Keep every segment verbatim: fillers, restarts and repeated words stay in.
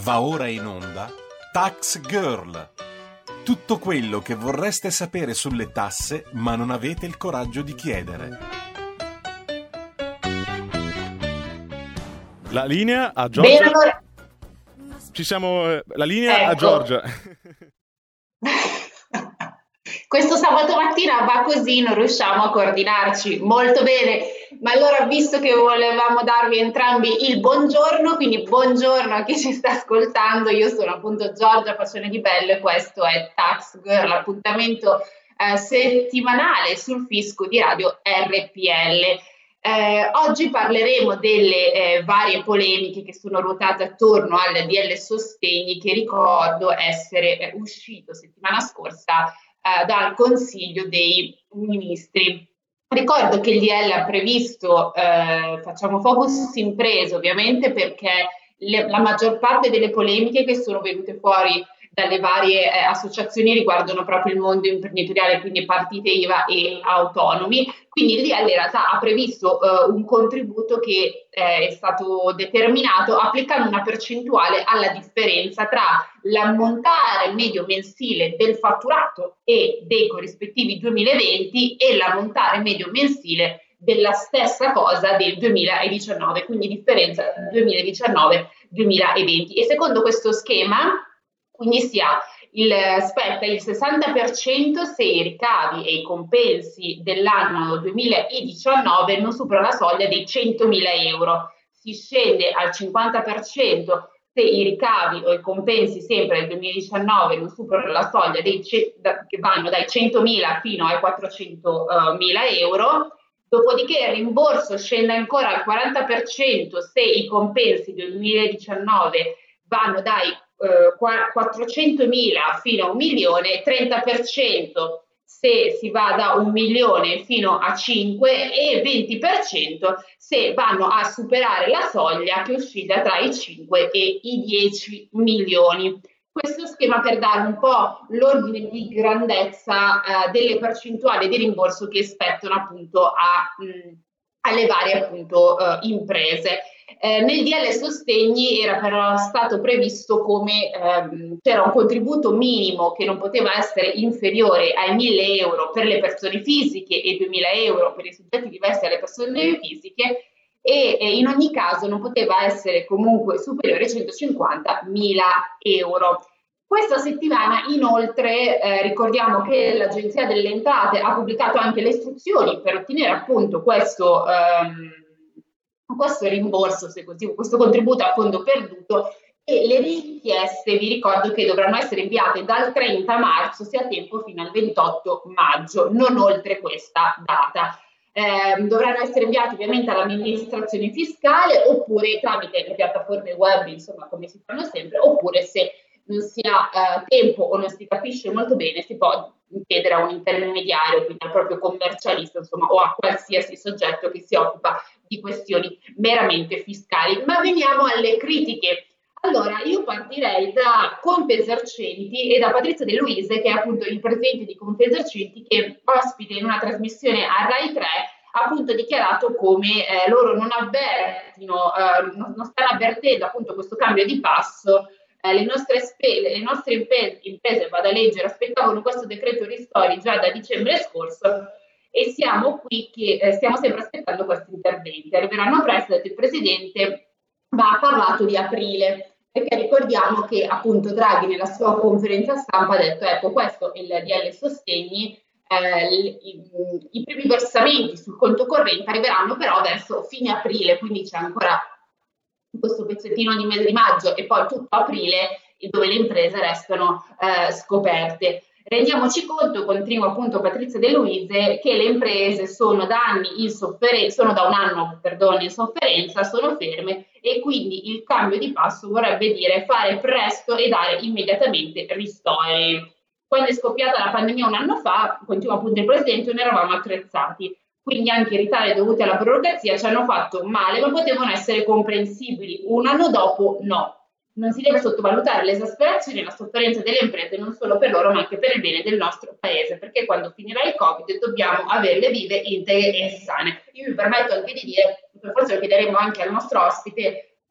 Va ora in onda Tax Girl. Tutto quello che vorreste sapere sulle tasse ma non avete il coraggio di chiedere. La linea a Giorgia. Bene, allora... Ci siamo. eh, La linea Ecco. a Giorgia. Questo sabato mattina va così, non riusciamo a coordinarci molto bene, ma allora visto che volevamo darvi entrambi il buongiorno, quindi buongiorno a chi ci sta ascoltando, io sono appunto Giorgia Pacione di Bello e questo è Tax Girl, l'appuntamento eh, settimanale sul fisco di Radio R P L. Eh, oggi parleremo delle eh, varie polemiche che sono ruotate attorno al D L Sostegni, che ricordo essere eh, uscito settimana scorsa eh, dal Consiglio dei Ministri. Ricordo che il D L ha previsto, eh, facciamo focus imprese ovviamente, perché le, la maggior parte delle polemiche che sono venute fuori dalle varie eh, associazioni riguardano proprio il mondo imprenditoriale, quindi partite I V A e autonomi. Quindi il D L in realtà ha previsto eh, un contributo che eh, è stato determinato applicando una percentuale alla differenza tra l'ammontare medio mensile del fatturato e dei corrispettivi duemilaventi e l'ammontare medio mensile della stessa cosa del duemiladiciannove, quindi differenza duemiladiciannove duemilaventi. E secondo questo schema quindi si ha il, spetta il sessanta per cento se i ricavi e i compensi dell'anno duemiladiciannove non superano la soglia dei centomila euro. Si scende al cinquanta per cento se i ricavi o i compensi sempre del duemiladiciannove non superano la soglia dei, che vanno dai centomila fino ai quattrocentomila euro. Dopodiché il rimborso scende ancora al quaranta per cento se i compensi del duemiladiciannove vanno dai quattrocentomila fino a un milione, trenta per cento se si va da un milione fino a cinque e venti per cento se vanno a superare la soglia che oscilla tra i cinque e i dieci milioni. Questo schema per dare un po' l'ordine di grandezza eh, delle percentuali di rimborso che spettano appunto a, mh, alle varie appunto eh, imprese. Eh, nel D L Sostegni era però stato previsto come ehm, c'era un contributo minimo che non poteva essere inferiore ai mille euro per le persone fisiche e duemila euro per i soggetti diversi alle persone fisiche e, e in ogni caso non poteva essere comunque superiore ai centocinquantamila euro. Questa settimana inoltre eh, ricordiamo che l'Agenzia delle Entrate ha pubblicato anche le istruzioni per ottenere appunto questo ehm, questo rimborso, se così, questo contributo a fondo perduto, e le richieste vi ricordo che dovranno essere inviate dal trenta marzo, se a tempo fino al ventotto maggio, non oltre questa data. Eh, dovranno essere inviati ovviamente all'amministrazione fiscale oppure tramite le piattaforme web, insomma come si fanno sempre, oppure se non si ha eh, tempo o non si capisce molto bene si può chiedere a un intermediario, quindi al proprio commercialista, insomma, o a qualsiasi soggetto che si occupa di questioni meramente fiscali. Ma veniamo alle critiche. Allora, io partirei da Confesercenti e da Patrizia De Luise, che è appunto il presidente di Confesercenti, che ospite in una trasmissione a Rai tre ha appunto dichiarato come eh, loro non avvertino, eh, non, non stanno avvertendo appunto questo cambio di passo. Eh, le nostre spese, le nostre imprese, imprese, vado a leggere, aspettavano questo decreto ristori già da dicembre scorso e siamo qui che eh, stiamo sempre aspettando questi interventi. Arriveranno presto, ha detto il Presidente, ma ha parlato di aprile, perché ricordiamo che appunto Draghi nella sua conferenza stampa ha detto ecco questo è il D L Sostegni, eh, i, i, i primi versamenti sul conto corrente arriveranno però verso fine aprile, quindi c'è ancora questo pezzettino di mese di maggio e poi tutto aprile dove le imprese restano eh, scoperte. Rendiamoci conto, continua appunto Patrizia De Luise, che le imprese sono da anni in sofferenza, sono da un anno, perdono, in sofferenza, sono ferme e quindi il cambio di passo vorrebbe dire fare presto e dare immediatamente ristori. Quando è scoppiata la pandemia un anno fa, continua appunto il Presidente, non eravamo attrezzati. Quindi anche i ritardi dovuti alla burocrazia ci hanno fatto male, ma potevano essere comprensibili. Un anno dopo no. Non si deve sottovalutare l'esasperazione e la sofferenza delle imprese, non solo per loro, ma anche per il bene del nostro paese, perché quando finirà il Covid dobbiamo averle vive, integre e sane. Io mi permetto anche di dire, forse lo chiederemo anche al nostro ospite,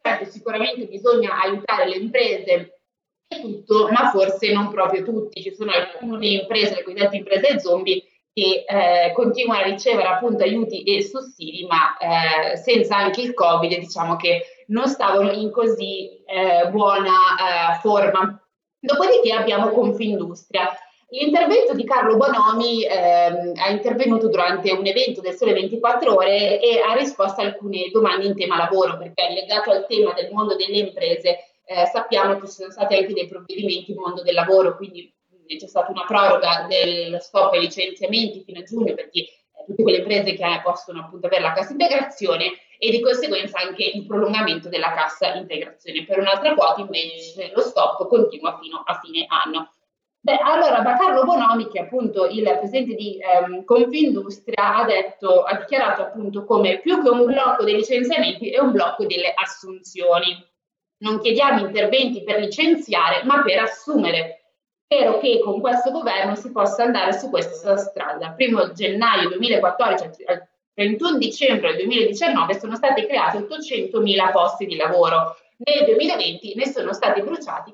certo, sicuramente bisogna aiutare le imprese e tutto, ma forse non proprio tutti. Ci sono alcune imprese, le cosiddette imprese zombie, che eh, continuano a ricevere appunto aiuti e sussidi, ma eh, senza anche il Covid, diciamo che non stavano in così eh, buona eh, forma. Dopodiché abbiamo Confindustria. L'intervento di Carlo Bonomi ehm, è intervenuto durante un evento del Sole ventiquattro Ore e ha risposto a alcune domande in tema lavoro, perché legato al tema del mondo delle imprese eh, sappiamo che ci sono stati anche dei provvedimenti nel mondo del lavoro, quindi c'è stata una proroga del stop ai licenziamenti fino a giugno per chi, eh, tutte quelle imprese che eh, possono appunto avere la cassa integrazione e di conseguenza anche il prolungamento della cassa integrazione. Per un'altra quota invece lo stop continua fino a fine anno. Beh, allora, da Carlo Bonomi, che è appunto il presidente di ehm, Confindustria, ha detto, ha dichiarato appunto come più che un blocco dei licenziamenti è un blocco delle assunzioni. Non chiediamo interventi per licenziare, ma per assumere. Spero che con questo governo si possa andare su questa strada. Primo gennaio duemilaquattordici al trentuno dicembre duemiladiciannove sono stati creati ottocentomila posti di lavoro. Nel duemilaventi ne sono stati bruciati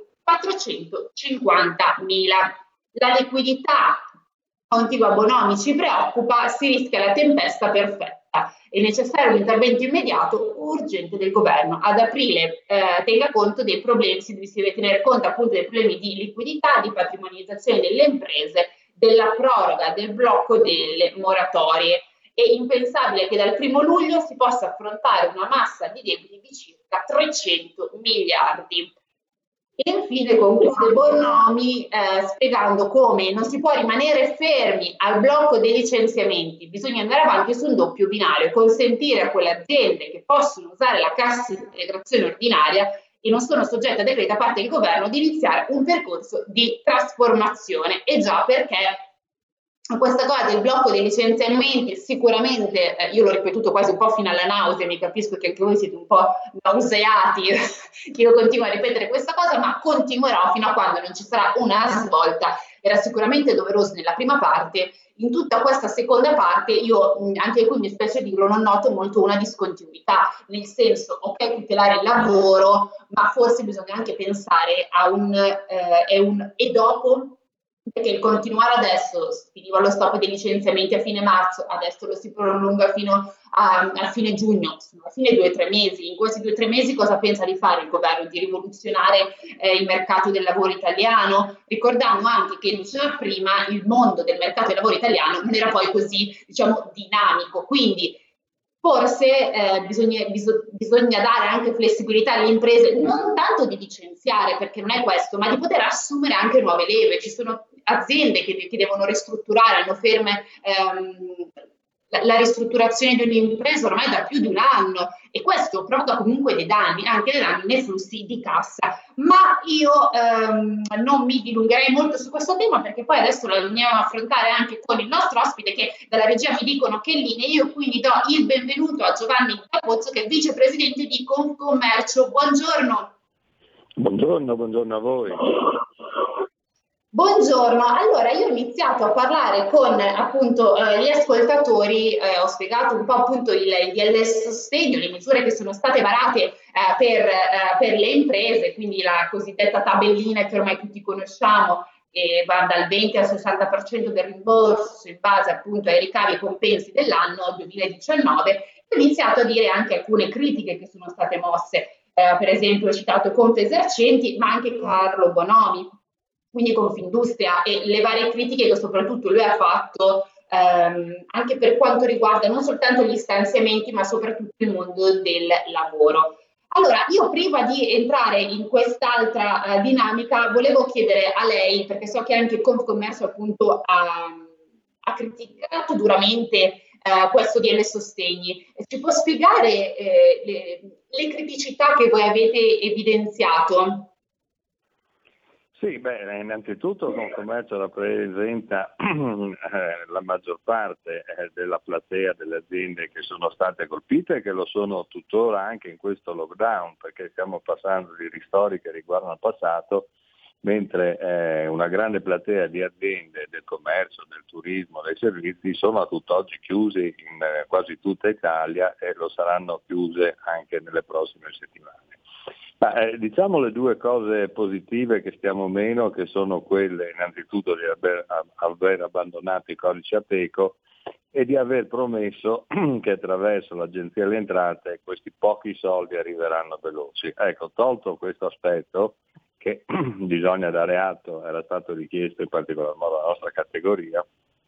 quattrocentocinquantamila. La liquidità, continua Bonomi, ci preoccupa, si rischia la tempesta perfetta. È necessario un intervento immediato, urgente del governo. Ad aprile eh, tenga conto dei problemi, si deve tenere conto appunto dei problemi di liquidità, di patrimonializzazione delle imprese, della proroga, del blocco delle moratorie. È impensabile che dal primo luglio si possa affrontare una massa di debiti di circa trecento miliardi. E infine conclude Bonomi eh, spiegando come non si può rimanere fermi al blocco dei licenziamenti, bisogna andare avanti su un doppio binario, consentire a quelle aziende che possono usare la cassa integrazione ordinaria e non sono soggette a decreti da parte del governo di iniziare un percorso di trasformazione. E già perché questa cosa del blocco dei licenziamenti sicuramente, eh, io l'ho ripetuto quasi un po' fino alla nausea, mi capisco che anche voi siete un po' nauseati che io continuo a ripetere questa cosa, ma continuerò fino a quando non ci sarà una svolta. Era sicuramente doveroso nella prima parte, in tutta questa seconda parte io, anche qui mi spiace dirlo, non noto molto una discontinuità, nel senso, ok, tutelare il lavoro, ma forse bisogna anche pensare a un, eh, è un e dopo. Perché il continuare adesso, finiva lo stop dei licenziamenti a fine marzo, adesso lo si prolunga fino a, a fine giugno, sono a fine due o tre mesi. In questi due o tre mesi cosa pensa di fare il governo? Di rivoluzionare eh, il mercato del lavoro italiano? Ricordiamo anche che, diceva prima, il mondo del mercato del lavoro italiano non era poi così, diciamo, dinamico, quindi forse eh, bisogna, bis- bisogna dare anche flessibilità alle imprese, non tanto di licenziare, perché non è questo, ma di poter assumere anche nuove leve. Ci sono aziende che, che devono ristrutturare, hanno ferme ehm, la, la ristrutturazione di un'impresa ormai da più di un anno e questo provoca comunque dei danni, anche dei danni nei flussi di cassa. Ma io ehm, non mi dilungherei molto su questo tema perché poi adesso lo andiamo a affrontare anche con il nostro ospite che dalla regia mi dicono che è in linea. Io quindi do il benvenuto a Giovanni Capozzo che è vicepresidente di Confcommercio. Buongiorno. Buongiorno, buongiorno a voi. Buongiorno, allora io ho iniziato a parlare con appunto eh, gli ascoltatori, eh, ho spiegato un po' appunto il, il D L sostegno, le misure che sono state varate eh, per, eh, per le imprese, quindi la cosiddetta tabellina che ormai tutti conosciamo, che va dal venti al sessanta per cento del rimborso in base appunto ai ricavi e compensi dell'anno duemiladiciannove. Ho iniziato a dire anche alcune critiche che sono state mosse, eh, per esempio ho citato Confesercenti, ma anche Carlo Bonomi. Quindi Confindustria e le varie critiche che soprattutto lui ha fatto ehm, anche per quanto riguarda non soltanto gli stanziamenti ma soprattutto il mondo del lavoro. Allora, io prima di entrare in quest'altra uh, dinamica volevo chiedere a lei, perché so che anche Confcommercio appunto ha, ha criticato duramente uh, questo D L sostegni, ci può spiegare eh, le, le criticità che voi avete evidenziato? Sì, beh, innanzitutto Confcommercio rappresenta eh, la maggior parte eh, della platea delle aziende che sono state colpite e che lo sono tuttora anche in questo lockdown, perché stiamo passando di ristori che riguardano il passato mentre eh, una grande platea di aziende del commercio, del turismo, dei servizi sono a tutt'oggi chiusi in eh, quasi tutta Italia e lo saranno chiuse anche nelle prossime settimane. Ma, eh, diciamo le due cose positive che stiamo meno, che sono quelle innanzitutto di aver, aver abbandonato i codici Ateco e di aver promesso che attraverso l'Agenzia delle Entrate questi pochi soldi arriveranno veloci. Ecco, tolto questo aspetto, che bisogna dare atto, era stato richiesto in particolar modo alla nostra categoria,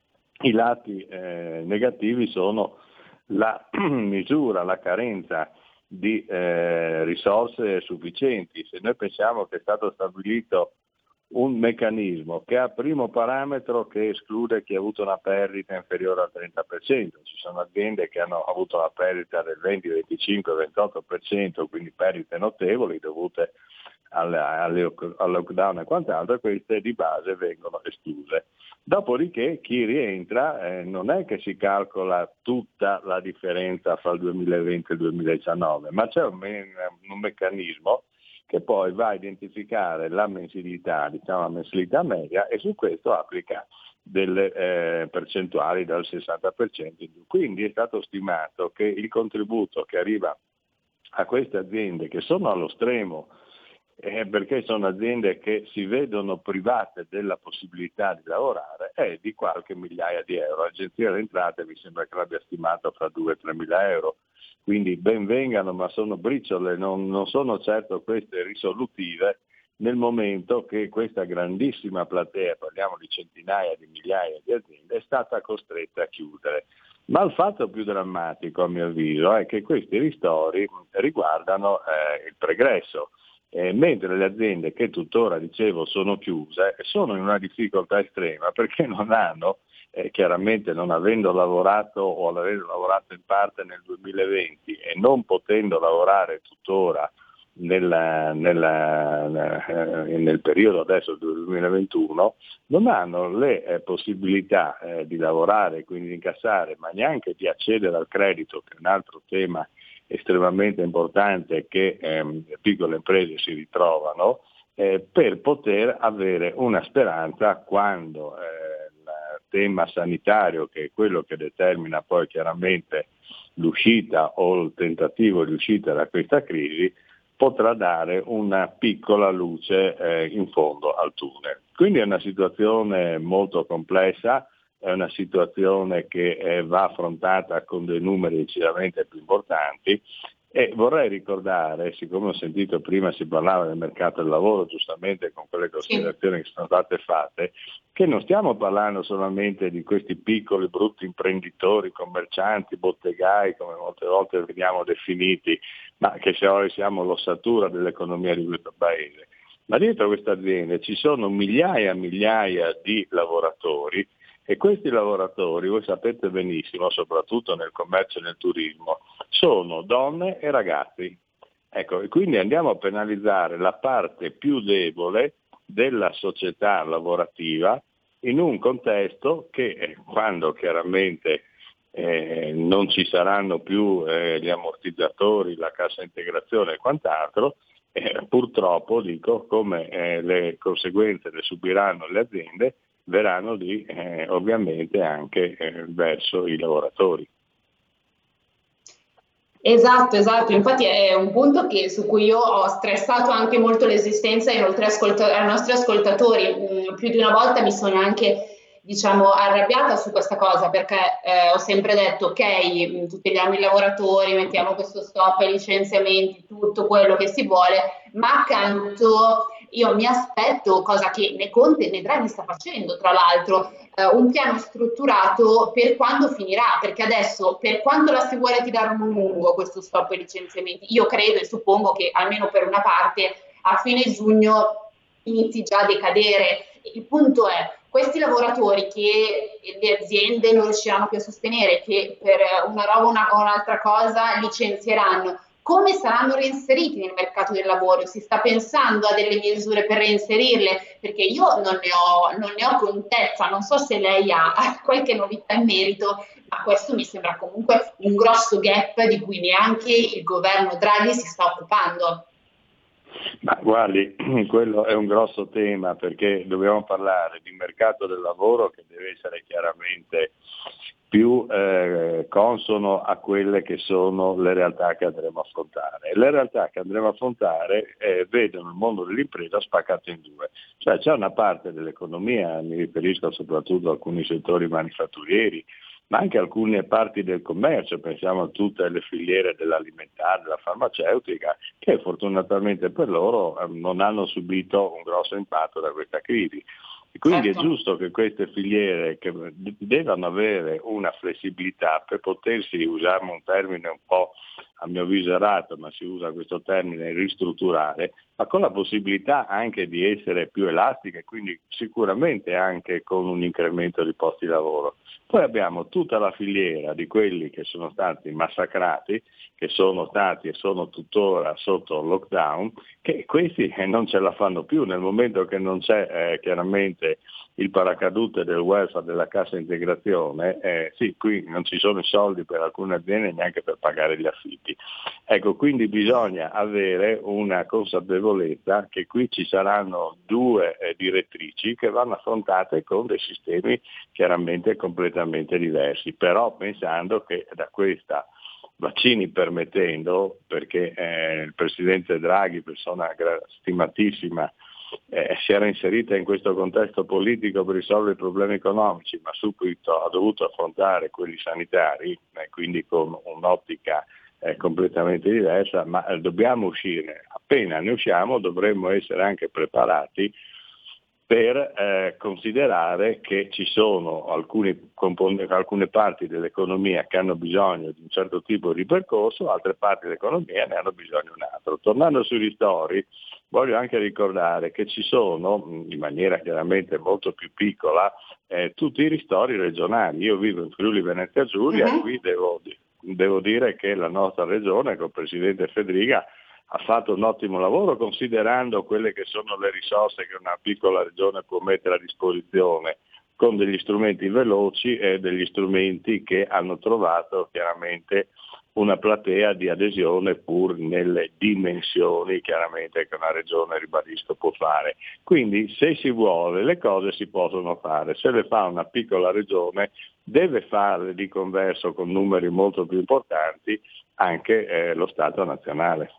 i lati eh, negativi sono la misura, la carenza di eh, risorse sufficienti. Se noi pensiamo che è stato stabilito un meccanismo che ha primo parametro che esclude chi ha avuto una perdita inferiore al trenta per cento, ci sono aziende che hanno avuto una perdita del venti, venticinque, ventotto per cento, quindi perdite notevoli dovute al, al, al lockdown e quant'altro, e queste di base vengono escluse. Dopodiché chi rientra eh, non è che si calcola tutta la differenza fra il duemilaventi e il duemiladiciannove, ma c'è un, me- un meccanismo che poi va a identificare la mensilità, diciamo la mensilità media, e su questo applica delle eh, percentuali dal sessanta per cento in giù. Quindi è stato stimato che il contributo che arriva a queste aziende, che sono allo stremo, Eh, perché sono aziende che si vedono private della possibilità di lavorare, è di qualche migliaia di euro. L'Agenzia delle Entrate mi sembra che l'abbia stimato fra due e tre mila euro, quindi ben vengano, ma sono briciole, non, non sono certo queste risolutive nel momento che questa grandissima platea, parliamo di centinaia di migliaia di aziende, è stata costretta a chiudere. Ma il fatto più drammatico, a mio avviso, è che questi ristori riguardano eh, il pregresso. Eh, mentre le aziende che tuttora, dicevo, sono chiuse, sono in una difficoltà estrema perché non hanno, eh, chiaramente non avendo lavorato o avendo lavorato in parte nel duemilaventi e non potendo lavorare tuttora nella, nella, eh, nel periodo adesso del duemilaventuno, non hanno le eh, possibilità eh, di lavorare, quindi di incassare, ma neanche di accedere al credito, che è un altro tema estremamente importante che ehm, piccole imprese si ritrovano, eh, per poter avere una speranza quando eh, il tema sanitario, che è quello che determina poi chiaramente l'uscita o il tentativo di uscita da questa crisi, potrà dare una piccola luce eh, in fondo al tunnel. Quindi è una situazione molto complessa, è una situazione che eh, va affrontata con dei numeri decisamente più importanti, e vorrei ricordare, siccome ho sentito prima si parlava del mercato del lavoro, giustamente con quelle considerazioni che sono state fatte, che non stiamo parlando solamente di questi piccoli brutti imprenditori, commercianti, bottegai, come molte volte veniamo definiti, ma che se oggi siamo l'ossatura dell'economia di questo paese. Ma dietro queste aziende ci sono migliaia e migliaia di lavoratori, e questi lavoratori, voi sapete benissimo, soprattutto nel commercio e nel turismo, sono donne e ragazzi. Ecco, e quindi andiamo a penalizzare la parte più debole della società lavorativa in un contesto che, eh, quando chiaramente eh, non ci saranno più eh, gli ammortizzatori, la cassa integrazione e quant'altro, eh, purtroppo, dico, come eh, le conseguenze le subiranno le aziende, verranno lì eh, ovviamente anche eh, verso i lavoratori. Esatto, esatto, infatti è un punto che, su cui io ho stressato anche molto l'esistenza ai nostri, ascolta- ai nostri ascoltatori. Mm, più di una volta mi sono anche, diciamo, arrabbiata su questa cosa, perché eh, ho sempre detto ok, tuteliamo i lavoratori, mettiamo questo stop ai licenziamenti, tutto quello che si vuole, ma accanto io mi aspetto, cosa che né Conte né Draghi sta facendo, tra l'altro, eh, un piano strutturato per quando finirà, perché adesso per quanto la si vuole tirare a lungo questo stop ai licenziamenti, io credo e suppongo che almeno per una parte a fine giugno inizi già a decadere. Il punto è, questi lavoratori che le aziende non riusciranno più a sostenere, che per una roba o una, un'altra cosa licenzieranno, come saranno reinseriti nel mercato del lavoro? Si sta pensando a delle misure per reinserirle? Perché io non ne ho, non ne ho contezza, non so se lei ha, ha qualche novità in merito, ma questo mi sembra comunque un grosso gap di cui neanche il governo Draghi si sta occupando. Ma guardi, quello è un grosso tema, perché dobbiamo parlare di mercato del lavoro che deve essere chiaramente più eh, consono a quelle che sono le realtà che andremo a affrontare. Le realtà che andremo a affrontare eh, vedono il mondo dell'impresa spaccato in due, cioè c'è una parte dell'economia, mi riferisco soprattutto a alcuni settori manifatturieri, ma anche alcune parti del commercio, pensiamo a tutte le filiere dell'alimentare, della farmaceutica, che fortunatamente per loro eh, non hanno subito un grosso impatto da questa crisi. E quindi certo. È giusto che queste filiere che devono avere una flessibilità per potersi, usare un termine un po' a mio avviso errato, ma si usa questo termine, ristrutturare, ma con la possibilità anche di essere più elastiche, quindi sicuramente anche con un incremento di posti di lavoro. Poi abbiamo tutta la filiera di quelli che sono stati massacrati, che sono stati e sono tuttora sotto lockdown, che questi non ce la fanno più nel momento che non c'è eh, chiaramente il paracadute del welfare, della cassa integrazione, eh, sì, qui non ci sono i soldi per alcune aziende neanche per pagare gli affitti. Ecco, quindi bisogna avere una consapevolezza che qui ci saranno due eh, direttrici che vanno affrontate con dei sistemi chiaramente completamente diversi, però pensando che da questa, vaccini permettendo, perché eh, il presidente Draghi, persona stimatissima, Eh, si era inserita in questo contesto politico per risolvere i problemi economici, ma subito ha dovuto affrontare quelli sanitari, eh, quindi con un'ottica eh, completamente diversa, ma eh, dobbiamo uscire. Appena ne usciamo dovremmo essere anche preparati per eh, considerare che ci sono alcuni compon- alcune parti dell'economia che hanno bisogno di un certo tipo di percorso, altre parti dell'economia ne hanno bisogno di un altro. Tornando sui ristori, voglio anche ricordare che ci sono, in maniera chiaramente molto più piccola, eh, tutti i ristori regionali. Io vivo in Friuli Venezia Giulia, uh-huh. Qui devo, devo dire che la nostra regione, con il presidente Fedriga, ha fatto un ottimo lavoro considerando quelle che sono le risorse che una piccola regione può mettere a disposizione, con degli strumenti veloci e degli strumenti che hanno trovato chiaramente una platea di adesione pur nelle dimensioni chiaramente che una regione, ribadisco, può fare. Quindi se si vuole le cose si possono fare, se le fa una piccola regione deve farle di converso con numeri molto più importanti anche eh, lo Stato nazionale.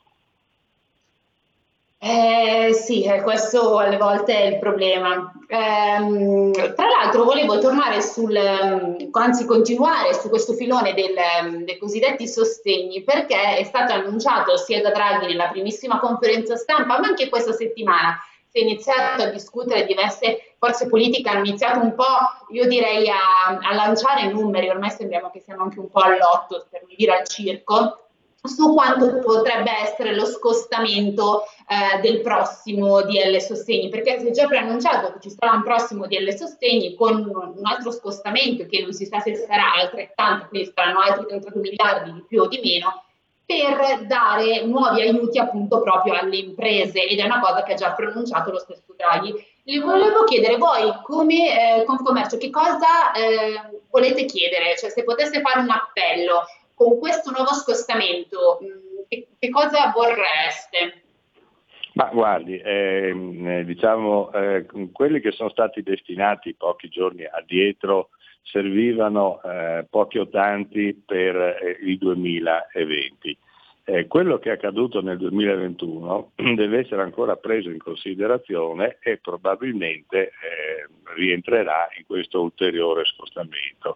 Eh, sì, eh, questo alle volte è il problema. Ehm, tra l'altro volevo tornare sul, anzi continuare su questo filone del, dei cosiddetti sostegni, perché è stato annunciato sia da Draghi nella primissima conferenza stampa, ma anche questa settimana si è iniziato a discutere, diverse forze politiche hanno iniziato un po', io direi, a, a lanciare numeri, ormai sembriamo che siamo anche un po' all'otto, per non dire al circo, su quanto potrebbe essere lo scostamento eh, del prossimo D L Sostegni, perché si è già preannunciato che ci sarà un prossimo D L Sostegni con un altro scostamento che non si sa se sarà altrettanto, quindi saranno altri trentadue miliardi di più o di meno, per dare nuovi aiuti appunto proprio alle imprese, ed è una cosa che ha già pronunciato lo stesso Draghi. Le volevo chiedere voi come eh, Confcommercio che cosa eh, volete chiedere, cioè se poteste fare un appello con questo nuovo scostamento, che, che cosa vorreste? Ma guardi, eh, diciamo, eh, quelli che sono stati destinati pochi giorni addietro servivano eh, pochi o tanti per eh, il duemilaventi. Eh, quello che è accaduto nel duemilaventuno deve essere ancora preso in considerazione e probabilmente eh, rientrerà in questo ulteriore scostamento.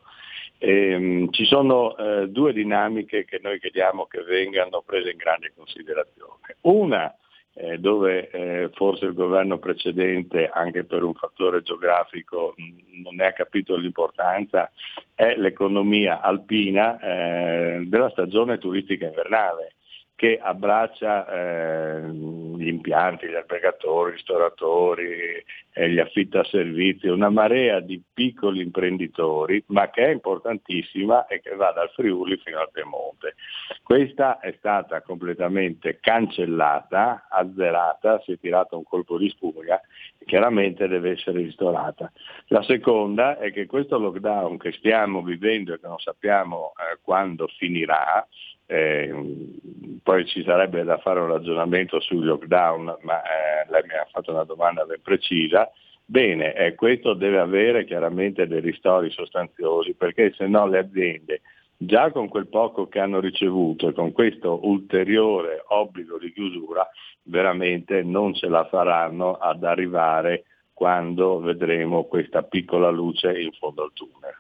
Eh, ci sono eh, due dinamiche che noi chiediamo che vengano prese in grande considerazione. Una eh, dove eh, forse il governo precedente, anche per un fattore geografico, mh, non ne ha capito l'importanza, è l'economia alpina eh, della stagione turistica invernale, che abbraccia eh, gli impianti, gli albergatori, i ristoratori, eh, gli affittaservizi, una marea di piccoli imprenditori, ma che è importantissima e che va dal Friuli fino al Piemonte. Questa è stata completamente cancellata, azzerata, si è tirato un colpo di spugna e chiaramente deve essere ristorata. La seconda è che questo lockdown che stiamo vivendo e che non sappiamo eh, quando finirà, Eh, poi ci sarebbe da fare un ragionamento sui lockdown, ma eh, lei mi ha fatto una domanda ben precisa. Bene, eh, questo deve avere chiaramente dei ristori sostanziosi, perché se no le aziende, già con quel poco che hanno ricevuto e con questo ulteriore obbligo di chiusura, veramente non ce la faranno ad arrivare quando vedremo questa piccola luce in fondo al tunnel.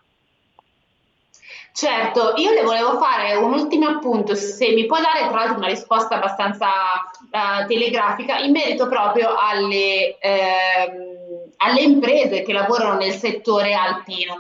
Certo, io le volevo fare un ultimo appunto, se mi può dare tra l'altro una risposta abbastanza uh, telegrafica in merito proprio alle, ehm, alle imprese che lavorano nel settore alpino.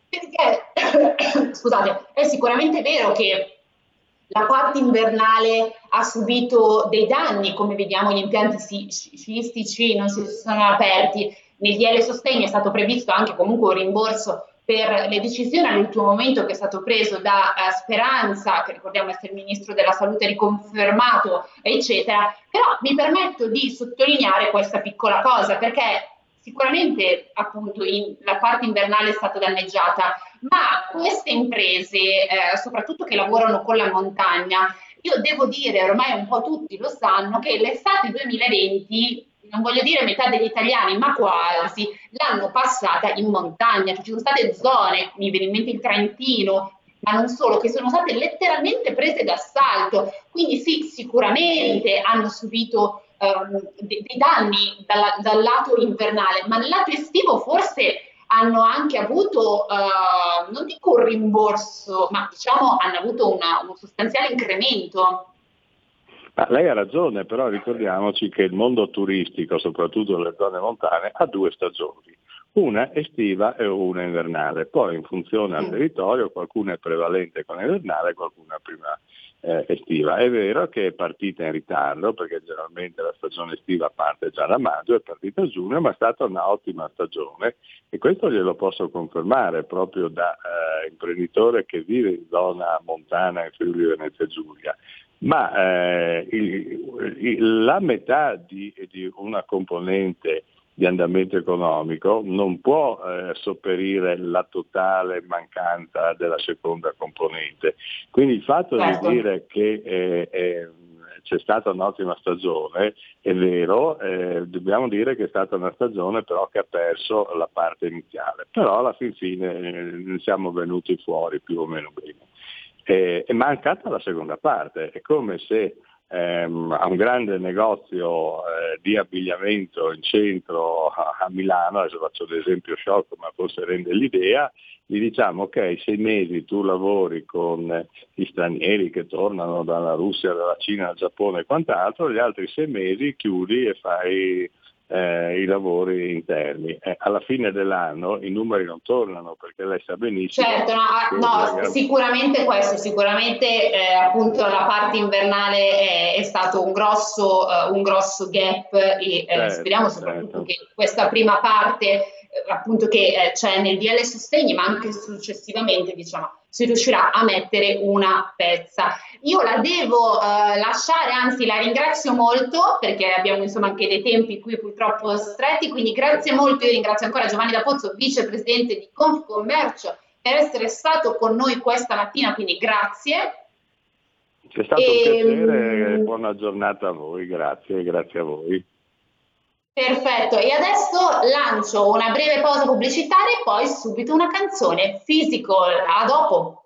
Perché, scusate, è sicuramente vero che la parte invernale ha subito dei danni, come vediamo gli impianti sciistici non si sono aperti, nel D L sostegno è stato previsto anche comunque un rimborso per le decisioni all'ultimo momento che è stato preso da uh, Speranza, che ricordiamo essere il ministro della salute riconfermato, eccetera. Però mi permetto di sottolineare questa piccola cosa, perché sicuramente appunto in, la parte invernale è stata danneggiata, ma queste imprese, eh, soprattutto che lavorano con la montagna, io devo dire, ormai un po' tutti lo sanno, che l'estate duemilaventi, non voglio dire metà degli italiani, ma quasi, l'hanno passata in montagna. Ci sono state zone, mi viene in mente il Trentino, ma non solo, che sono state letteralmente prese d'assalto. Quindi sì, sicuramente hanno subito um, dei, dei danni dalla, dal lato invernale, ma nel lato estivo forse hanno anche avuto, uh, non dico un rimborso, ma diciamo hanno avuto una, un sostanziale incremento. Ma lei ha ragione, però ricordiamoci che il mondo turistico, soprattutto nelle zone montane, ha due stagioni, una estiva e una invernale. Poi in funzione al territorio qualcuna è prevalente con invernale, qualcuna prima eh, estiva. È vero che è partita in ritardo, perché generalmente la stagione estiva parte già da maggio, è partita a giugno, ma è stata un'ottima stagione e questo glielo posso confermare proprio da eh, imprenditore che vive in zona montana in Friuli Venezia Giulia. Ma eh, il, il, la metà di, di una componente di andamento economico non può eh, sopperire la totale mancanza della seconda componente. Quindi il fatto certo. di dire che eh, eh, c'è stata un'ottima stagione è vero, eh, dobbiamo dire che è stata una stagione però che ha perso la parte iniziale, però alla fin fine eh, ne siamo venuti fuori più o meno bene. Eh, è mancata la seconda parte, è come se ehm, a un grande negozio eh, di abbigliamento in centro a, a Milano, adesso faccio l'esempio sciocco ma forse rende l'idea, gli diciamo ok, sei mesi tu lavori con gli stranieri che tornano dalla Russia, dalla Cina, dal Giappone e quant'altro, gli altri sei mesi chiudi e fai Eh, i lavori interni. Eh, alla fine dell'anno i numeri non tornano perché lei sa benissimo. Certo, no, no grande... sicuramente questo, sicuramente eh, appunto la parte invernale è, è stato un grosso, uh, un grosso gap e eh, certo, speriamo soprattutto certo. che questa prima parte eh, appunto che eh, c'è nel D L sostegni ma anche successivamente diciamo si riuscirà a mettere una pezza. Io la devo uh, lasciare, anzi la ringrazio molto perché abbiamo insomma anche dei tempi qui purtroppo stretti, quindi grazie molto, io ringrazio ancora Giovanni D'Apozzo, vicepresidente di Confcommercio, per essere stato con noi questa mattina, quindi grazie. È stato e, un piacere e buona giornata a voi, grazie, grazie a voi. Perfetto, e adesso lancio una breve pausa pubblicitaria e poi subito una canzone, Physical, a dopo.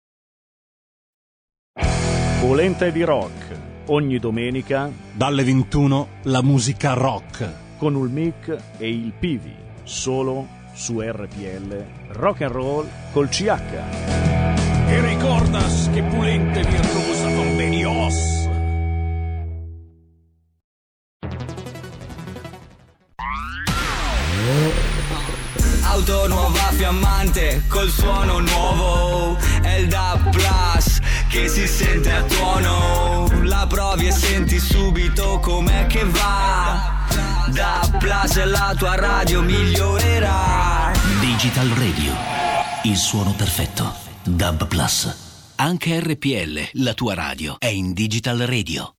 Polenta di rock, ogni domenica dalle ventuno la musica rock con il Mic e il Pivi, solo su R P L Rock and Roll col C H. E ricordas che Pulente virtuosa convenios. Auto nuova fiammante col suono nuovo, è il D A B Plus che si sente a tuono, la provi e senti subito com'è che va. D A B Plus la tua radio migliorerà. Digital Radio, il suono perfetto. D A B Plus, anche R P L, la tua radio, è in Digital Radio.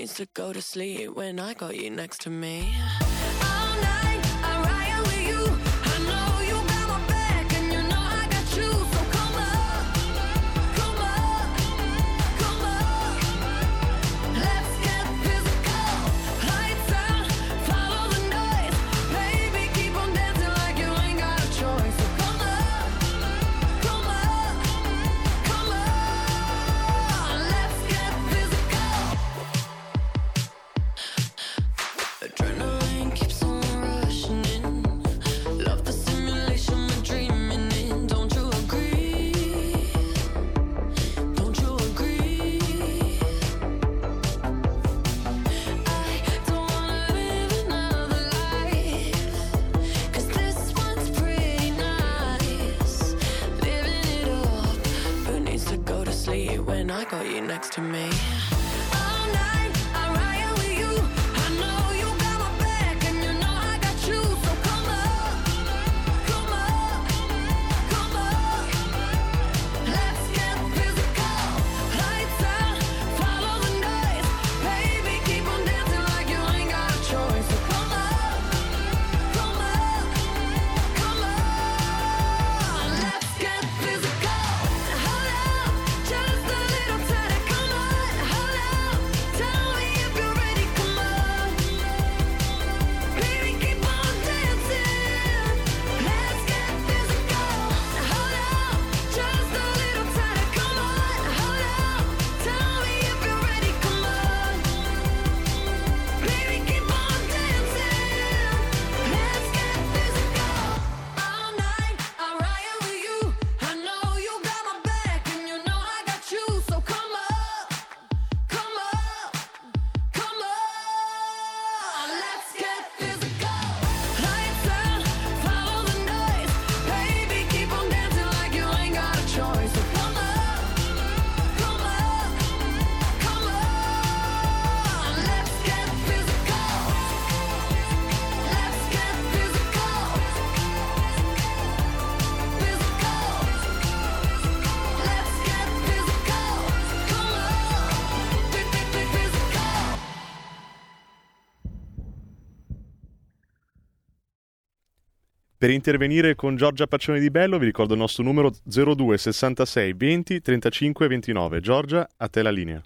needs to go to sleep when I got you next to me? All night I ride with you. I know you got my back and you know I got you. So come up, come up, come up. Let's get physical. Lights out, follow the noise. Baby, keep on dancing like you ain't got a choice. So come up, come up, come on. Let's get physical. Adrenaline keeps on rushing in. Love the simulation we're dreaming in. Don't you agree? Don't you agree? I don't wanna live another life, 'cause this one's pretty nice. Living it up. Who needs to go to sleep when I got you next to me? All night I ride with you. I know you got my back and you know I got you. So come up, come up, come up. Let's get physical. Lights out, follow the noise. Baby, keep on dancing like you ain't got a choice. So come up, come up, come on. Let's get physical. Hold up, just a little tighter. Come on, hold up. Tell me if you're ready. Come on, baby, keep on dancing. Let's get physical. Hold up, just a little tighter. Come on, hold up. Tell me if you're ready. Come on, baby, keep on dancing. Let's get physical. All night I ride with you. I know you got my back and you know I got you. So come up, come up, come on. Let's get physical. Lights out, follow the noise. Baby, keep on dancing like you ain't got a choice. So come up, come up, come on. Let's get physical. Let's get physical. Physical. Let's get physical. Come on. Physical. Per intervenire con Giorgia Paccione di Bello vi ricordo il nostro numero zero due sessantasei venti trentacinque ventinove. Giorgia, a te la linea.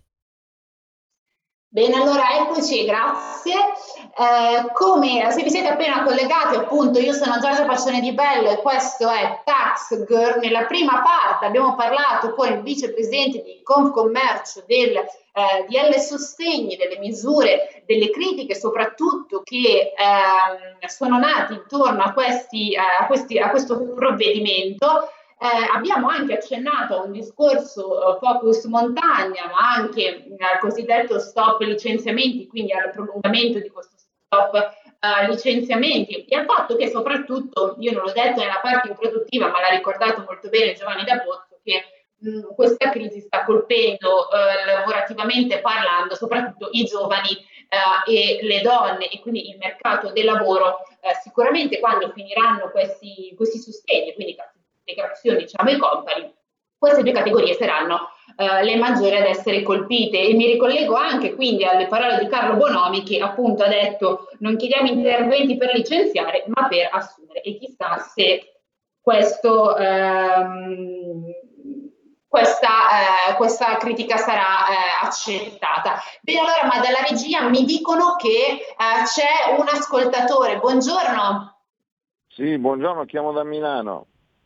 Bene, allora eccoci, grazie. Eh, come se vi siete appena collegati, appunto, io sono Giorgia Paccione di Bello e questo è Tax Girl. Nella prima parte abbiamo parlato con il vicepresidente di Confcommercio del eh, D L Sostegni, delle misure, delle critiche soprattutto che ehm, sono nate intorno a, questi, eh, a, questi, a questo provvedimento. Eh, abbiamo anche accennato a un discorso uh, focus montagna, ma anche uh, al cosiddetto stop licenziamenti, quindi al prolungamento di questo stop uh, licenziamenti e al fatto che soprattutto, io non l'ho detto nella parte introduttiva, ma l'ha ricordato molto bene Giovanni D'Apozzo, che mh, questa crisi sta colpendo uh, lavorativamente parlando soprattutto i giovani uh, e le donne e quindi il mercato del lavoro uh, sicuramente quando finiranno questi, questi sostegni, quindi integrazioni, diciamo, e company, queste due categorie saranno uh, le maggiori ad essere colpite. E mi ricollego anche quindi alle parole di Carlo Bonomi, che appunto ha detto non chiediamo interventi per licenziare ma per assumere, e chissà se questo, ehm, questa, eh, questa critica sarà eh, accettata. Bene, allora, ma dalla regia mi dicono che eh, c'è un ascoltatore. Buongiorno. Sì, buongiorno, chiamo da Milano.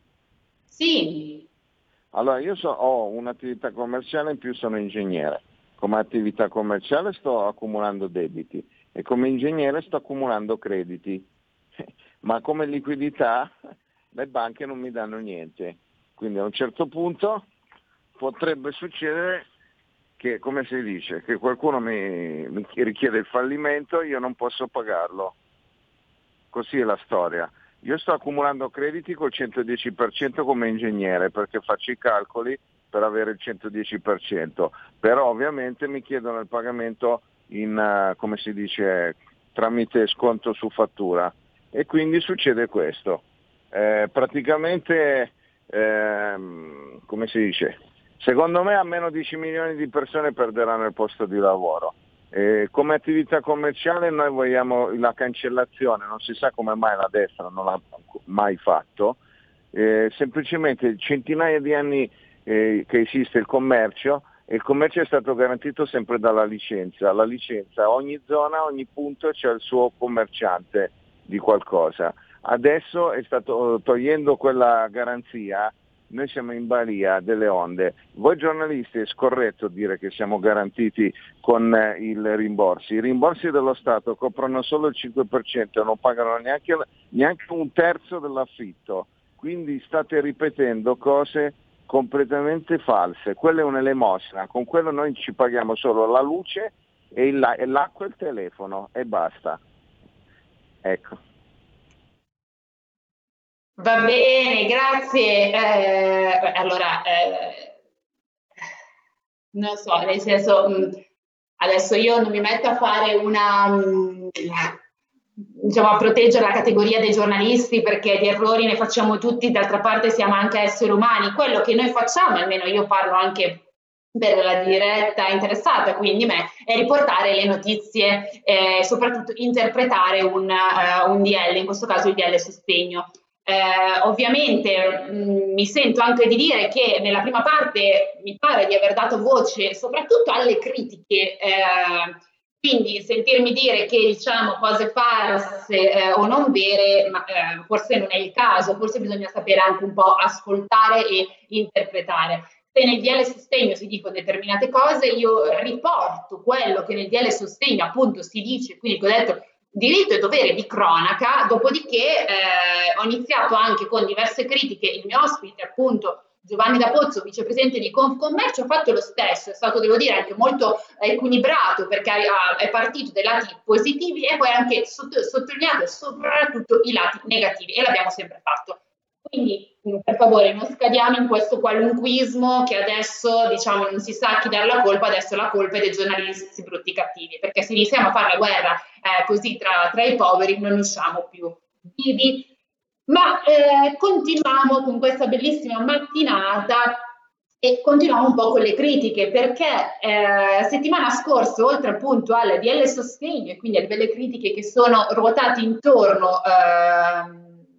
Sì. Allora, io so, ho un'attività commerciale, in più sono ingegnere. Come attività commerciale sto accumulando debiti e come ingegnere sto accumulando crediti, ma come liquidità le banche non mi danno niente. Quindi a un certo punto potrebbe succedere che, come si dice, che qualcuno mi, mi richiede il fallimento e io non posso pagarlo. Così è la storia. Io sto accumulando crediti col centodieci per cento come ingegnere perché faccio i calcoli per avere il centodieci per cento, però ovviamente mi chiedono il pagamento in, uh, come si dice, tramite sconto su fattura e quindi succede questo. Eh, praticamente, ehm, come si dice, secondo me almeno dieci milioni di persone perderanno il posto di lavoro Eh, come attività commerciale noi vogliamo la cancellazione, non si sa come mai la destra non l'ha mai fatto, eh, semplicemente centinaia di anni eh, che esiste il commercio e il commercio è stato garantito sempre dalla licenza. La licenza, ogni zona, ogni punto c'è il suo commerciante di qualcosa. Adesso è stato, togliendo quella garanzia, noi siamo in balia delle onde. Voi giornalisti è scorretto dire che siamo garantiti con eh, i rimborsi. I rimborsi dello Stato coprono solo il cinque per cento e non pagano neanche, neanche un terzo dell'affitto. Quindi state ripetendo cose completamente false. Quella è un'elemosina, con quello noi ci paghiamo solo la luce e, il, e l'acqua e il telefono e basta. Ecco. Va bene, grazie. Eh, allora, eh, non so, nel senso, mh, adesso io non mi metto a fare una, mh, diciamo, a proteggere la categoria dei giornalisti, perché di errori ne facciamo tutti, d'altra parte siamo anche esseri umani. Quello che noi facciamo, almeno io parlo anche per la diretta interessata, quindi me, è riportare le notizie e eh, soprattutto interpretare un, uh, un D L, in questo caso il D L sostegno. Eh, ovviamente mh, mi sento anche di dire che nella prima parte mi pare di aver dato voce soprattutto alle critiche, eh, quindi sentirmi dire che diciamo cose false eh, o non vere, ma eh, forse non è il caso, forse bisogna sapere anche un po' ascoltare e interpretare. Se nel D L sostegno si dicono determinate cose, io riporto quello che nel D L sostegno appunto si dice, quindi ho detto diritto e dovere di cronaca, dopodiché eh, ho iniziato anche con diverse critiche, il mio ospite appunto Giovanni D'Apozzo, vicepresidente di Confcommercio, ha fatto lo stesso, è stato devo dire anche molto equilibrato perché ha, è partito dai lati positivi e poi anche sotto, sottolineato soprattutto i lati negativi e l'abbiamo sempre fatto. Quindi per favore non scadiamo in questo qualunquismo che adesso diciamo non si sa a chi dare la colpa, adesso la colpa è dei giornalisti brutti cattivi, perché se iniziamo a fare la guerra eh, così tra, tra i poveri non usciamo più vivi. Ma eh, continuiamo con questa bellissima mattinata e continuiamo un po' con le critiche, perché eh, settimana scorsa, oltre appunto al D L sostegno e quindi alle belle critiche che sono ruotate intorno eh,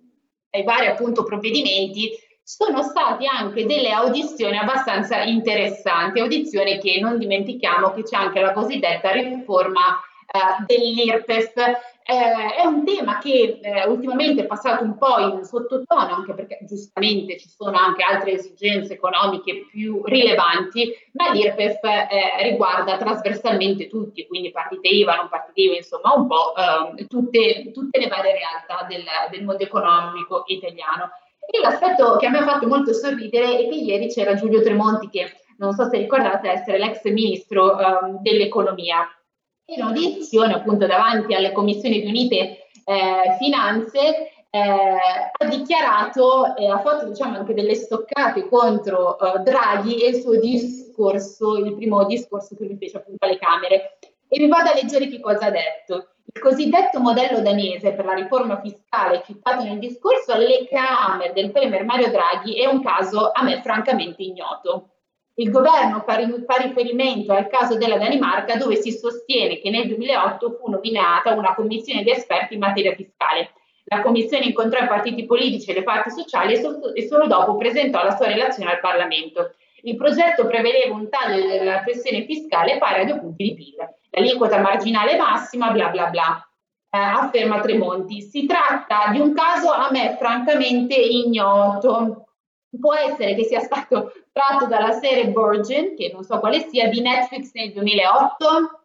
ai vari appunto provvedimenti, sono stati anche delle audizioni abbastanza interessanti, audizioni che non dimentichiamo che c'è anche la cosiddetta riforma eh, dell'I R P E F. Eh, è un tema che eh, ultimamente è passato un po' in sottotono, anche perché giustamente ci sono anche altre esigenze economiche più rilevanti, ma l'I R P E F eh, riguarda trasversalmente tutti, quindi partite I V A, non partite I V A, insomma un po' eh, tutte, tutte le varie realtà del, del mondo economico italiano. E l'aspetto che a me ha fatto molto sorridere è che ieri c'era Giulio Tremonti, che non so se ricordate essere l'ex ministro eh, dell'economia. In audizione appunto davanti alle commissioni riunite eh, finanze eh, ha dichiarato e eh, ha fatto diciamo anche delle stoccate contro eh, Draghi e il suo discorso, il primo discorso che lui fece appunto alle Camere. E vi vado a leggere che cosa ha detto. Il cosiddetto modello danese per la riforma fiscale citato nel discorso alle Camere del premier Mario Draghi è un caso a me francamente ignoto. Il governo fa riferimento al caso della Danimarca, dove si sostiene che nel duemilaotto fu nominata una commissione di esperti in materia fiscale. La commissione incontrò i partiti politici e le parti sociali e, so- e solo dopo presentò la sua relazione al Parlamento. Il progetto prevedeva un taglio della pressione fiscale pari a due punti di P I L, l'aliquota marginale massima, bla bla bla, eh, afferma Tremonti. Si tratta di un caso a me francamente ignoto. Può essere che sia stato tratto dalla serie Virgin, che non so quale sia, di Netflix nel duemilaotto.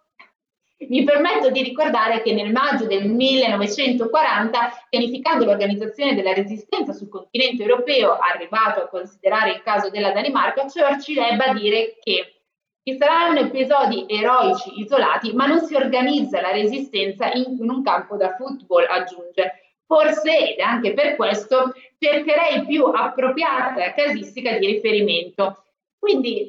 Mi permetto di ricordare che nel maggio del millenovecentoquaranta, pianificando l'organizzazione della resistenza sul continente europeo, arrivato a considerare il caso della Danimarca, Churchill ebbe a dire che ci saranno episodi eroici isolati, ma non si organizza la resistenza in, in un campo da football, aggiunge. Forse, ed è anche per questo, cercherei più appropriata casistica di riferimento. Quindi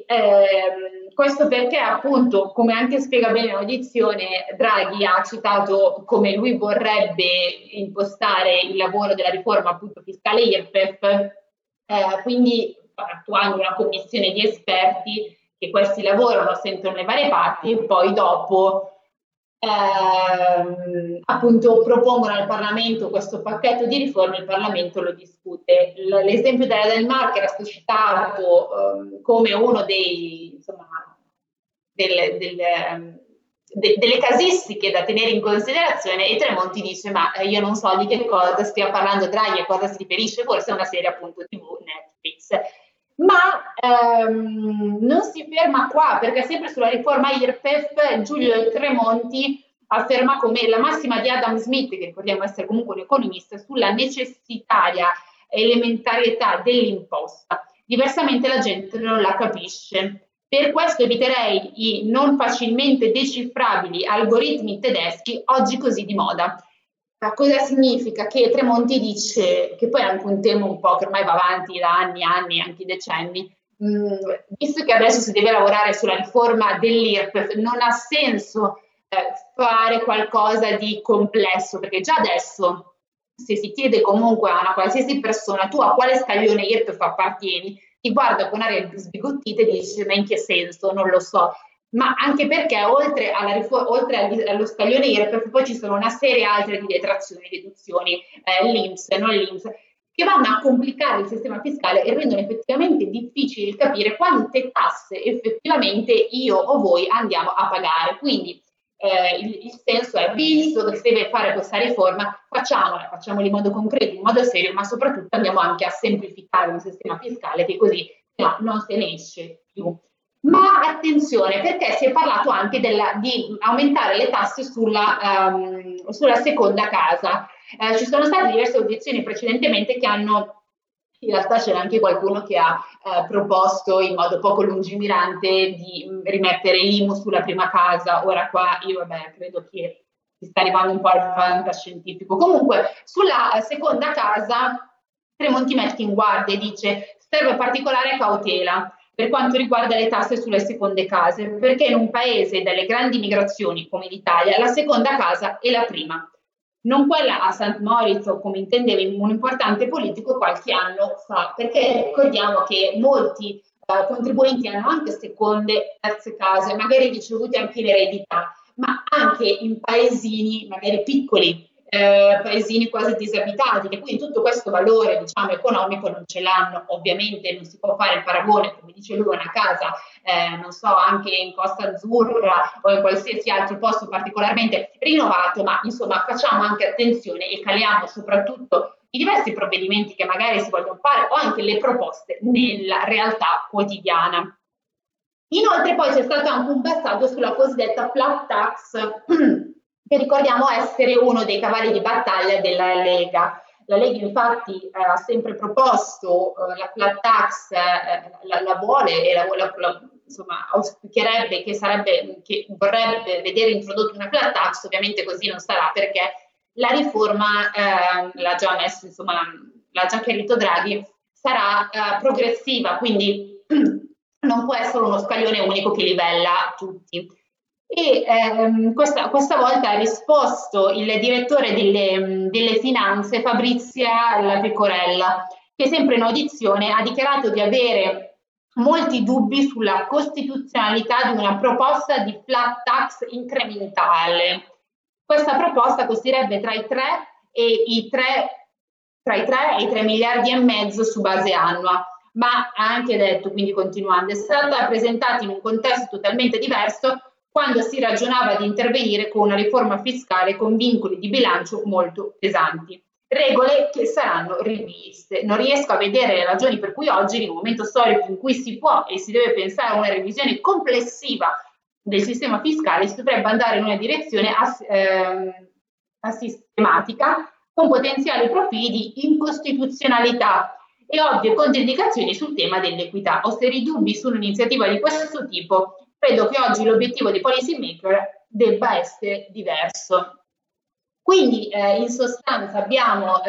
ehm, questo perché appunto, come anche spiega bene l'audizione, Draghi ha citato come lui vorrebbe impostare il lavoro della riforma appunto fiscale I R P E F, eh, quindi attuando una commissione di esperti che questi lavorano, sentono le varie parti e poi dopo ehm, appunto propongono al Parlamento questo pacchetto di riforme, il Parlamento lo discute. L- l'esempio della Danimarca era stato citato ehm, come uno dei, insomma, del, del, ehm, de- delle casistiche da tenere in considerazione, e Tremonti dice ma eh, io non so di che cosa stia parlando Draghi, a cosa si riferisce, forse è una serie appunto tivù Netflix. Ma ehm, non si ferma qua, perché sempre sulla riforma I R P E F Giulio Tremonti afferma come la massima di Adam Smith, che ricordiamo essere comunque un economista, sulla necessitaria elementarietà dell'imposta. Diversamente la gente non la capisce. Per questo eviterei i non facilmente decifrabili algoritmi tedeschi oggi così di moda. Ma cosa significa? Che Tremonti dice, che poi è anche un tema un po' che ormai va avanti da anni e anni, anche decenni, mh, visto che adesso si deve lavorare sulla riforma dell'I R P E F, non ha senso eh, fare qualcosa di complesso, perché già adesso, se si chiede comunque a una qualsiasi persona tu a quale scaglione I R P E F appartieni, ti guarda con aria sbigottita e dice ma in che senso? Non lo so. Ma anche perché oltre, alla rifor- oltre allo scaglione I R P E F poi ci sono una serie altre di detrazioni, deduzioni, eh, l'I N P S, non l'I N P S, che vanno a complicare il sistema fiscale e rendono effettivamente difficile capire quante tasse effettivamente io o voi andiamo a pagare. Quindi eh, il, il senso è, visto che si deve fare questa riforma, facciamola, facciamola in modo concreto, in modo serio, ma soprattutto andiamo anche a semplificare un sistema fiscale che così no, non se ne esce più. Ma attenzione, perché si è parlato anche della, di aumentare le tasse sulla, um, sulla seconda casa. Eh, ci sono state diverse audizioni precedentemente che hanno, in realtà c'era anche qualcuno che ha eh, proposto in modo poco lungimirante di mh, rimettere l'I M U sulla prima casa. Ora qua io vabbè credo che si sta arrivando un po' al fantascientifico. Comunque sulla seconda casa Tremonti mette in guardia e dice serve particolare cautela per quanto riguarda le tasse sulle seconde case, perché in un paese dalle grandi migrazioni come l'Italia la seconda casa è la prima, non quella a Saint Moritz o come intendeva un importante politico qualche anno fa, perché ricordiamo che molti eh, contribuenti hanno anche seconde, terze case, magari ricevute anche in eredità, ma anche in paesini magari piccoli, Eh, paesini quasi disabitati, che quindi tutto questo valore diciamo economico non ce l'hanno. Ovviamente non si può fare il paragone, come dice lui, una casa eh, non so, anche in Costa Azzurra o in qualsiasi altro posto particolarmente rinnovato, ma insomma facciamo anche attenzione e caliamo soprattutto i diversi provvedimenti che magari si vogliono fare o anche le proposte nella realtà quotidiana. Inoltre poi c'è stato anche un passaggio sulla cosiddetta flat tax, che ricordiamo essere uno dei cavalli di battaglia della Lega. La Lega infatti eh, ha sempre proposto eh, la flat tax, eh, la, la vuole e la, la, la, insomma auspicherebbe che, sarebbe, che vorrebbe vedere introdotta una flat tax. Ovviamente così non sarà, perché la riforma eh, l'ha già messo, insomma l'ha già chiarito Draghi, sarà eh, progressiva, quindi non può essere uno scaglione unico che livella tutti. E ehm, questa, questa volta ha risposto il direttore delle, delle finanze Fabrizia La Pecorella, che sempre in audizione ha dichiarato di avere molti dubbi sulla costituzionalità di una proposta di flat tax incrementale. Questa proposta costerebbe tra i tre e i tre, tra i tre e i tre miliardi e mezzo su base annua, ma ha anche detto, quindi continuando, è stata presentata in un contesto totalmente diverso, quando si ragionava di intervenire con una riforma fiscale con vincoli di bilancio molto pesanti. Regole che saranno riviste. Non riesco a vedere le ragioni per cui oggi, in un momento storico in cui si può e si deve pensare a una revisione complessiva del sistema fiscale, si dovrebbe andare in una direzione as- eh, asistematica con potenziali profili di incostituzionalità e ovvie controindicazioni sul tema dell'equità. Ho seri dubbi su un'iniziativa di questo tipo. Credo che oggi l'obiettivo dei policy maker debba essere diverso. Quindi eh, in sostanza abbiamo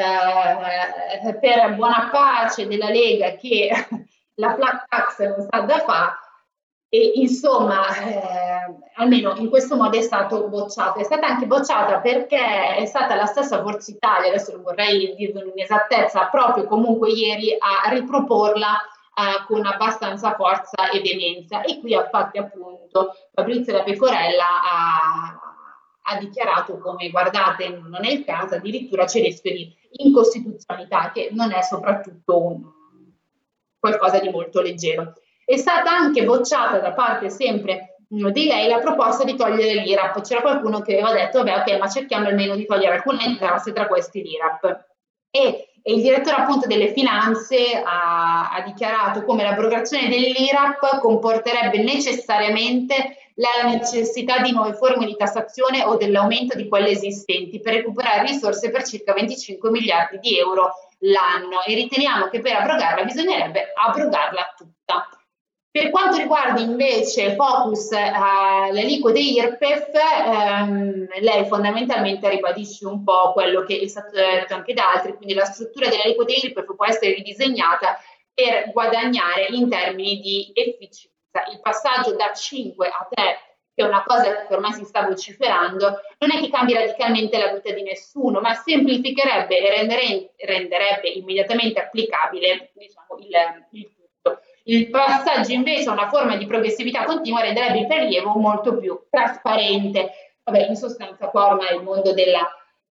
eh, per buona pace della Lega che la flat tax non sa da fare e insomma eh, almeno in questo modo è stato bocciato. È stata anche bocciata perché è stata la stessa Forza Italia, adesso non vorrei dirvi un'inesattezza, proprio comunque ieri a riproporla Uh, con abbastanza forza e veemenza, e qui infatti appunto Fabrizio La Pecorella ha, ha ha dichiarato come, guardate, non è il caso, addirittura c'è rischio di incostituzionalità, che non è soprattutto un, qualcosa di molto leggero. È stata anche bocciata da parte sempre mh, di lei la proposta di togliere l'I R A P. C'era qualcuno che aveva detto, vabbè, ok, ma cerchiamo almeno di togliere alcune tasse, tra questi l'I R A P. E, e il direttore appunto delle finanze ha, ha dichiarato come l'abrogazione dell'I R A P comporterebbe necessariamente la necessità di nuove forme di tassazione o dell'aumento di quelle esistenti per recuperare risorse per circa venticinque miliardi di euro l'anno, e riteniamo che per abrogarla bisognerebbe abrogarla tutta. Per quanto riguarda invece focus alle aliquote I R P E F, ehm, lei fondamentalmente ribadisce un po' quello che è stato detto anche da altri, quindi la struttura delle aliquote I R P E F può essere ridisegnata per guadagnare in termini di efficienza. Il passaggio da cinque a tre, che è una cosa che ormai si sta vociferando, non è che cambi radicalmente la vita di nessuno, ma semplificherebbe e rendere, renderebbe immediatamente applicabile, diciamo, il, il tutto. Il passaggio invece a una forma di progressività continua renderebbe il prelievo molto più trasparente. Vabbè, in sostanza qua ormai il mondo della,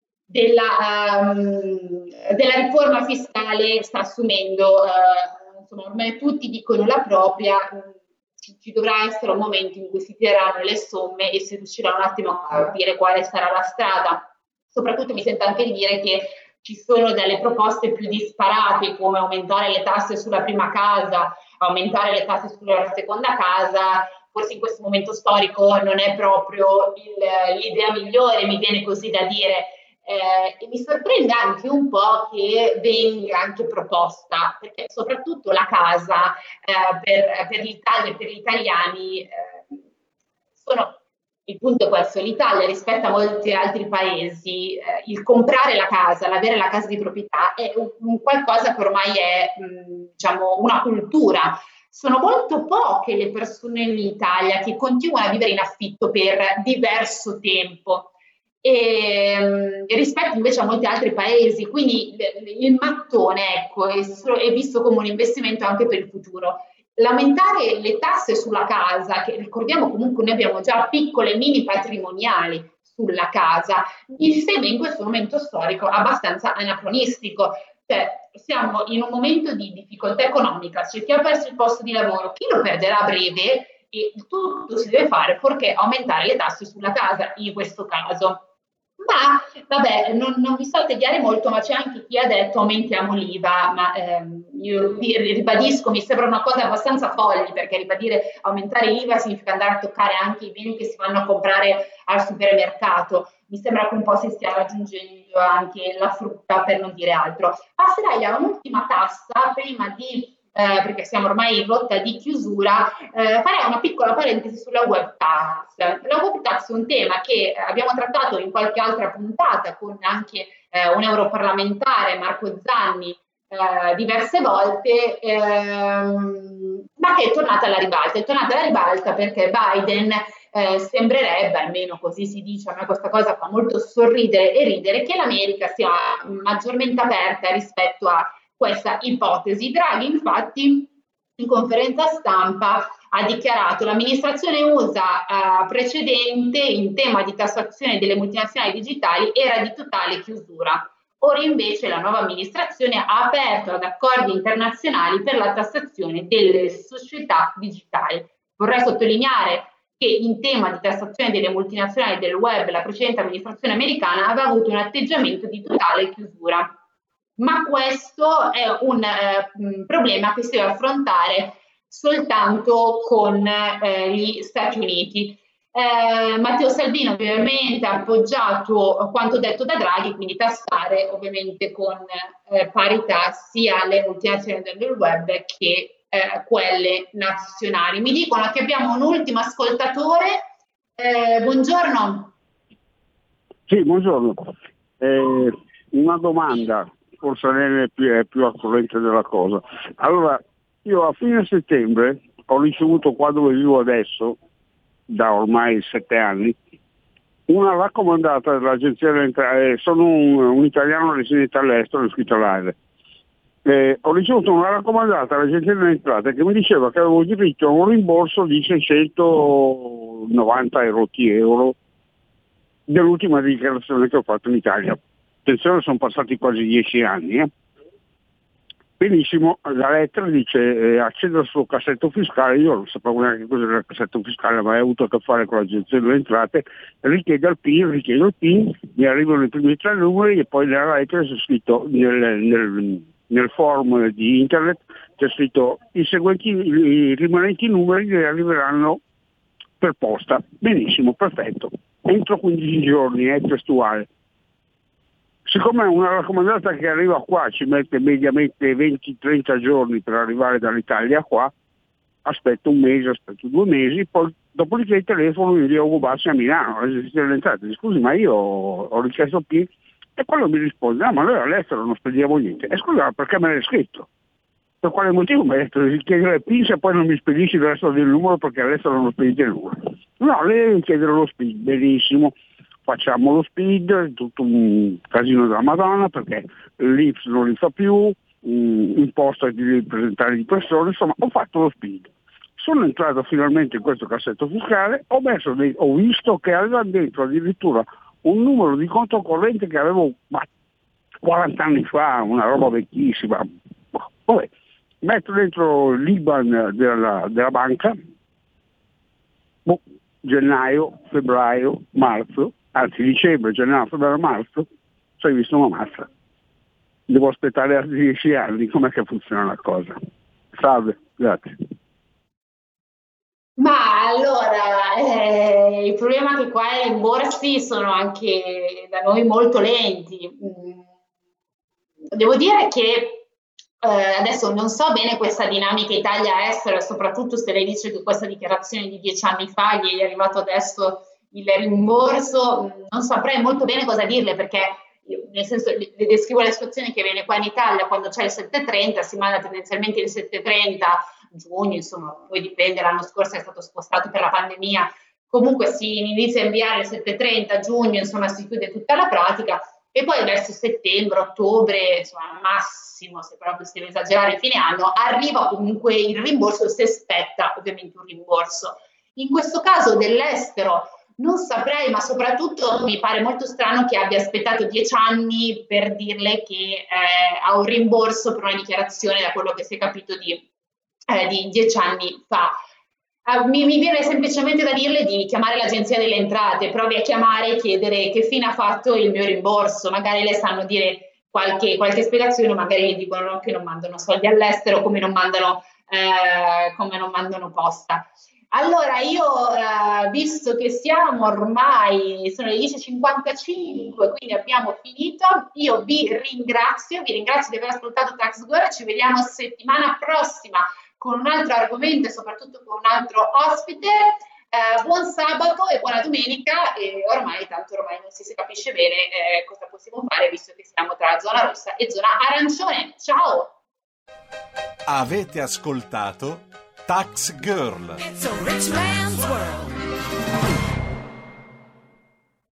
della, um, della riforma fiscale sta assumendo, uh, insomma, ormai tutti dicono la propria. Ci, ci dovrà essere un momento in cui si tireranno le somme e si riuscirà un attimo a capire quale sarà la strada. Soprattutto mi sento anche di dire che ci sono delle proposte più disparate, come aumentare le tasse sulla prima casa, aumentare le tasse sulla seconda casa. Forse in questo momento storico non è proprio il, l'idea migliore, mi viene così da dire. Eh, e mi sorprende anche un po' che venga anche proposta, perché soprattutto la casa eh, per, per l'Italia e per gli italiani eh, sono, il punto è questo: l'Italia rispetto a molti altri paesi, eh, il comprare la casa, l'avere la casa di proprietà è un, un qualcosa che ormai è mh, diciamo una cultura. Sono molto poche le persone in Italia che continuano a vivere in affitto per diverso tempo. E, rispetto invece a molti altri paesi, quindi il mattone, ecco, è, è visto come un investimento anche per il futuro. Lamentare le tasse sulla casa, che ricordiamo comunque noi abbiamo già piccole mini patrimoniali sulla casa, mi sembra in questo momento storico abbastanza anacronistico. Cioè, siamo in un momento di difficoltà economica, c'è chi ha perso il posto di lavoro, chi lo perderà a breve, e tutto si deve fare fuorché aumentare le tasse sulla casa in questo caso. Ma vabbè, non, non vi sto a tediare molto, ma c'è anche chi ha detto aumentiamo l'I V A, ma ehm, io ribadisco, mi sembra una cosa abbastanza folle, perché ribadire aumentare l'I V A significa andare a toccare anche i beni che si vanno a comprare al supermercato. Mi sembra che un po' si stia raggiungendo anche la frutta, per non dire altro. Passerei a un'ultima tassa prima di Eh, perché siamo ormai in rotta di chiusura, eh, farei una piccola parentesi sulla web tax. La web tax è un tema che abbiamo trattato in qualche altra puntata con anche eh, un europarlamentare, Marco Zanni, eh, diverse volte, ehm, ma che è tornata alla ribalta. È tornata alla ribalta perché Biden eh, sembrerebbe, almeno così si dice, a me questa cosa fa molto sorridere e ridere, che l'America sia maggiormente aperta rispetto a questa ipotesi. Draghi infatti in conferenza stampa ha dichiarato: l'amministrazione U S A eh, precedente in tema di tassazione delle multinazionali digitali era di totale chiusura. Ora invece la nuova amministrazione ha aperto ad accordi internazionali per la tassazione delle società digitali. Vorrei sottolineare che in tema di tassazione delle multinazionali del web la precedente amministrazione americana aveva avuto un atteggiamento di totale chiusura. Ma questo è un eh, problema che si deve affrontare soltanto con eh, gli Stati Uniti. Eh, Matteo Salvini ovviamente ha appoggiato quanto detto da Draghi, quindi tassare ovviamente con eh, parità sia le multinazionali del web che eh, quelle nazionali. Mi dicono che abbiamo un ultimo ascoltatore. Eh, buongiorno. Sì, buongiorno. Eh, una domanda. Forse lei è più, è più al corrente della cosa. Allora, io a fine settembre ho ricevuto qua dove vivo adesso, da ormai sette anni, una raccomandata dell'agenzia delle entrate. Eh, sono un, un italiano residente all'estero, iscritto all'A I R E. Eh, ho ricevuto una raccomandata dall'agenzia delle entrate che mi diceva che avevo diritto a un rimborso di seicentonovanta euro dell'ultima dichiarazione che ho fatto in Italia. Attenzione, sono passati quasi dieci anni. Eh. Benissimo, la lettera dice eh, acceda al suo cassetto fiscale, io non sapevo neanche cos'era il cassetto fiscale, ma hai avuto a che fare con l'agenzia delle entrate, richiede il PIN, richiede il PIN, mi arrivano i primi tre numeri e poi nella lettera c'è scritto nel, nel, nel form di internet, c'è scritto i seguenti, i rimanenti numeri che arriveranno per posta. Benissimo, perfetto. Entro quindici giorni, è testuale. Siccome una raccomandata che arriva qua ci mette mediamente venti trenta giorni per arrivare dall'Italia qua, aspetto un mese, aspetto due mesi, poi dopodiché il telefono di Diogo Bassi a Milano, all'agenzia delle entrate, scusi ma io ho richiesto P e quello mi risponde, ah ma noi all'estero non spediamo niente. E scusa, perché me l'hai scritto? Per quale motivo mi hai detto di chiedere il P I N se poi non mi spedisci il resto del numero perché all'estero non spedite il numero? No, lei deve chiedere lo P I N, benissimo. Facciamo lo speed, tutto un casino della Madonna perché l'I P S non li fa più, imposta di devi presentare di persone, insomma ho fatto lo speed. Sono entrato finalmente in questo cassetto fiscale, ho, messo dei, ho visto che aveva dentro addirittura un numero di conto corrente che avevo ma, quaranta anni fa, una roba vecchissima. Vabbè, metto dentro l'I B A N della, della banca, boh, gennaio, febbraio, marzo, anzi dicembre, gennaio, febbraio, marzo, ci hai visto una mazza. Devo aspettare altri dieci anni, com'è che funziona la cosa? Salve, grazie. Ma allora, eh, il problema è che qua i rimborsi sono anche da noi molto lenti. Devo dire che eh, adesso non so bene questa dinamica Italia-estero, soprattutto se lei dice che questa dichiarazione di dieci anni fa gli è arrivato adesso il rimborso, non saprei molto bene cosa dirle perché io, nel senso le, le descrivo la situazione che viene qua in Italia quando c'è il sette trenta, si manda tendenzialmente il sette trenta giugno, insomma poi dipende, l'anno scorso è stato spostato per la pandemia, comunque si inizia a inviare il sette trenta giugno, insomma si chiude tutta la pratica e poi verso settembre, ottobre, insomma massimo, se proprio si deve esagerare fine anno, arriva comunque il rimborso, si aspetta ovviamente un rimborso. In questo caso dell'estero non saprei, ma soprattutto mi pare molto strano che abbia aspettato dieci anni per dirle che eh, ha un rimborso per una dichiarazione da quello che si è capito di, eh, di dieci anni fa. Uh, mi, mi viene semplicemente da dirle di chiamare l'agenzia delle entrate, provi a chiamare e chiedere che fine ha fatto il mio rimborso, magari le sanno dire qualche, qualche spiegazione, magari gli dicono che non mandano soldi all'estero, come non mandano, eh, come non mandano posta. Allora io, eh, visto che siamo ormai, sono le dieci e cinquantacinque, quindi abbiamo finito, io vi ringrazio, vi ringrazio di aver ascoltato Tax Girl, ci vediamo settimana prossima con un altro argomento e soprattutto con un altro ospite. Eh, buon sabato e buona domenica e ormai tanto ormai non si, si capisce bene eh, cosa possiamo fare visto che siamo tra zona rossa e zona arancione. Ciao! Avete ascoltato Tax Girl. It's a rich man's world.